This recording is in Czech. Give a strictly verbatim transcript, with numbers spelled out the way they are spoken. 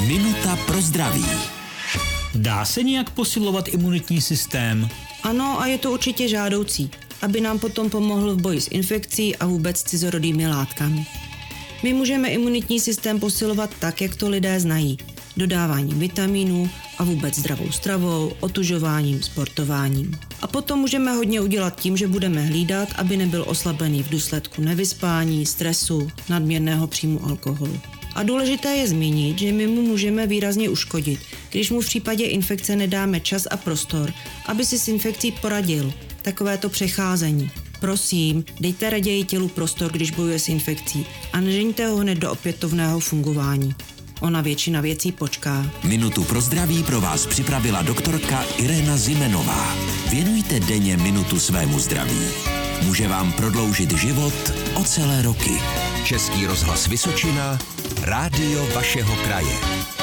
Minuta pro zdraví. Dá se nějak posilovat imunitní systém? Ano, a je to určitě žádoucí, aby nám potom pomohl v boji s infekcí a vůbec cizorodými látkami. My můžeme imunitní systém posilovat tak, jak to lidé znají. Dodáváním vitamínů a vůbec zdravou stravou, otužováním, sportováním. A potom můžeme hodně udělat tím, že budeme hlídat, aby nebyl oslabený v důsledku nevyspání, stresu, nadměrného příjmu alkoholu. A důležité je zmínit, že my mu můžeme výrazně uškodit, když mu v případě infekce nedáme čas a prostor, aby si s infekcí poradil. Takovéto přecházení. Prosím, dejte raději tělu prostor, když bojuje s infekcí a nežeňte ho hned do opětovného fungování. Ona většina věcí počká. Minutu pro zdraví pro vás připravila doktorka Irena Zimenová. Věnujte denně minutu svému zdraví. Může vám prodloužit život o celé roky. Český rozhlas Vysočina, rádio vašeho kraje.